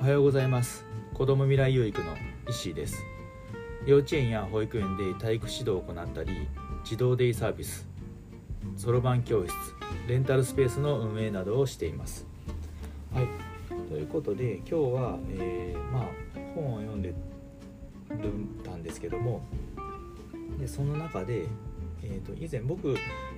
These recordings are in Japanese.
はようございます。子ども未来養育の石井です。幼稚園や保育園で体育指導を行ったり、児童デイサービス、そろばん教室、レンタルスペースの運営などをしています。はい、ということで今日は、本を読んでたんですけども、でその中で、以前僕、5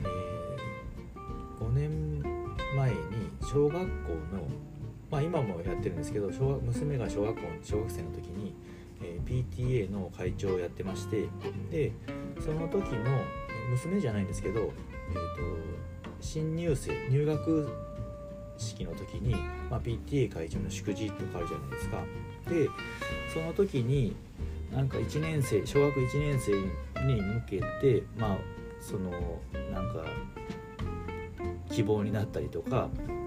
年前に小学校の、今もやってるんですけど、娘が小学生の時に、PTA の会長をやってまして、でその時の娘じゃないんですけど、新入学式の時に、PTA 会長の祝辞とかあるじゃないですか。でその時になんか小学1年生に向けて、希望になったりとか、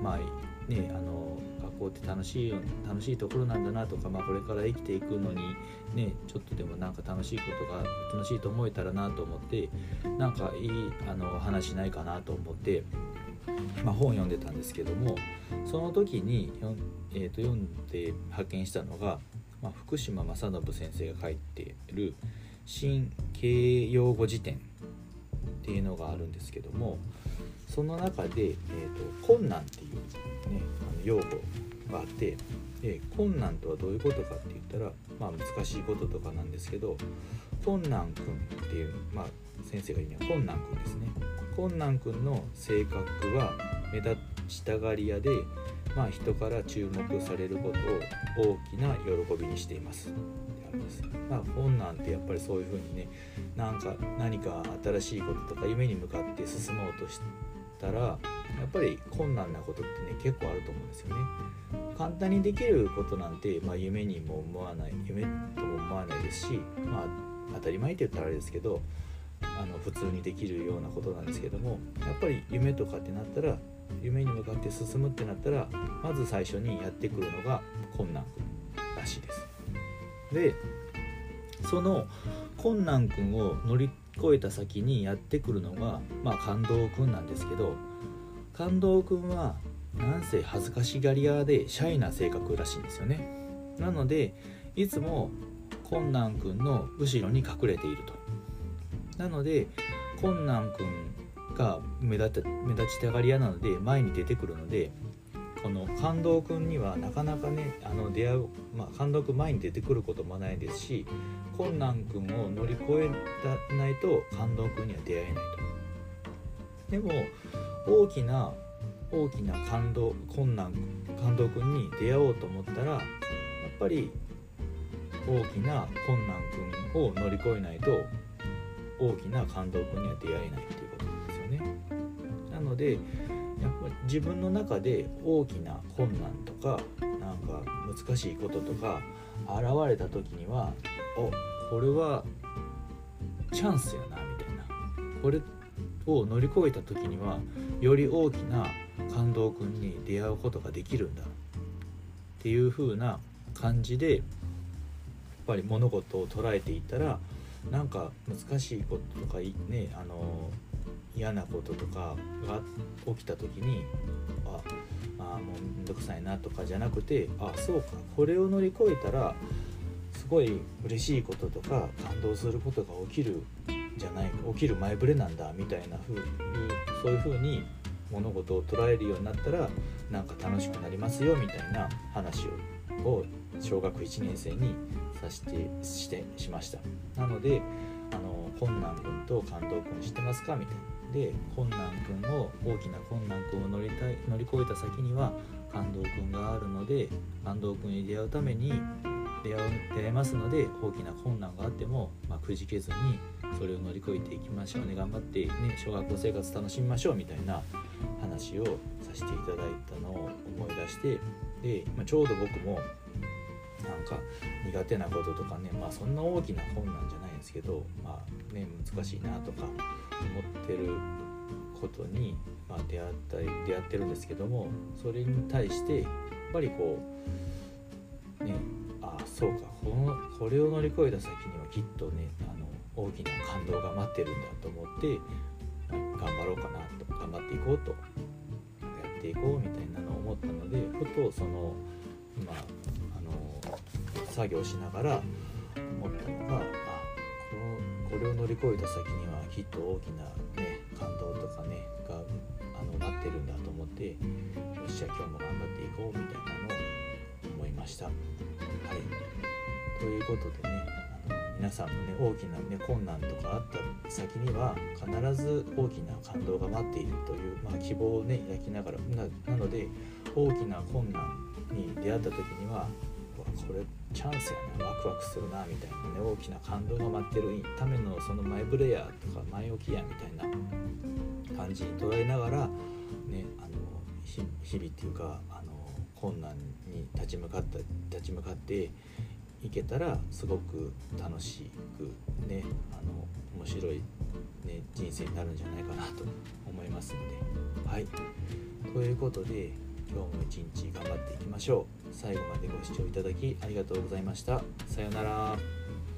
学校って楽しいところなんだなとか、これから生きていくのにね、ちょっとでも楽しいことが楽しいと思えたらなと思って、いい話ないかなと思って、本を読んでたんですけども、その時に読んで発見したのが、福島正信先生が書いている新形容語辞典っていうのがあるんですけども、その中で、困難っていう、用語があって、困難とはどういうことかって言ったら、難しいこととかなんですけど、困難くんっていう、先生が言うには困難くんですね。困難くんの性格は目立ちたがり屋で、人から注目されることを大きな喜びにしていますってあるんです。困難ってやっぱりそういう風にね、何か新しいこととか夢に向かって進もうとしたら、やっぱり困難なことってね、結構あると思うんですよね。簡単にできることなんて、夢とも思わないですし、当たり前って言ったらあれですけど、普通にできるようなことなんですけども、やっぱり夢とかってなったら、夢に向かって進むってなったら、まず最初にやってくるのが困難くんらしいです。でその困難くんを乗り越えた先にやってくるのが、感動くんなんですけど、感動くんはなんせ恥ずかしがり屋でシャイな性格らしいんですよね。なのでいつも困難くんの後ろに隠れていると。なので困難くんが目立ちたがり屋なので前に出てくるので、この感動くんにはなかなかね、感動くん前に出てくることもないですし、困難くんを乗り越えないと感動くんには出会えないと。でも大きな感動くんに出会おうと思ったら、やっぱり大きな困難くんを乗り越えないと大きな感動くんには出会えないっていうことなんですよね。なのでやっぱり自分の中で大きな困難とか難しいこととか現れた時には、これはチャンスやなみたいな、これを乗り越えた時にはより大きな感動くんに出会うことができるんだっていう風な感じで、やっぱり物事を捉えていったら、難しいこととかね、嫌なこととかが起きた時に、もうめんどくさいなとかじゃなくて、そうか、これを乗り越えたらすごい嬉しいこととか感動することが起きる前触れなんだみたいなそういう風に物事を捉えるようになったら楽しくなりますよみたいな話を小学1年生にしました。なので困難くんと感動くん知ってますかみたいな。で大きな困難くんを乗り越えた先には感動くんがあるので、感動くんに出会うために出会えますので、大きな困難があっても、くじけずにそれを乗り越えていきましょうね、頑張ってね、小学校生活楽しみましょうみたいな話をさせていただいたのを思い出して、で、ちょうど僕も苦手なこととかね、そんな大きな困難じゃないんですけど、難しいなとか思ってることに、出会ってるんですけども、それに対してやっぱりそうか、これを乗り越えた先にはきっとね、大きな感動が待ってるんだと思って、頑張っていこうと、やっていこうみたいなのを思ったので、ふと今作業しながら思ったのが、これを乗り越えた先にはきっと大きな、ね、感動とかねが待ってるんだと思って、よっしゃ今日も頑張っていこうみたいなのを思いました。はい、ということでね、皆さんもね大きな、ね、困難とかあった先には必ず大きな感動が待っているという、希望をね抱きながら なので、大きな困難に出会った時にはこれチャンスやな、ワクワクするなみたいなね、大きな感動が待ってるためのその前触れやとか前置きやみたいな感じに捉えながら、ね、日々っていうか困難に立ち向かっていけたらすごく楽しくね面白い、ね、人生になるんじゃないかなと思いますので、はい、ということで今日も一日頑張っていきましょう。最後までご視聴いただきありがとうございました。さようなら。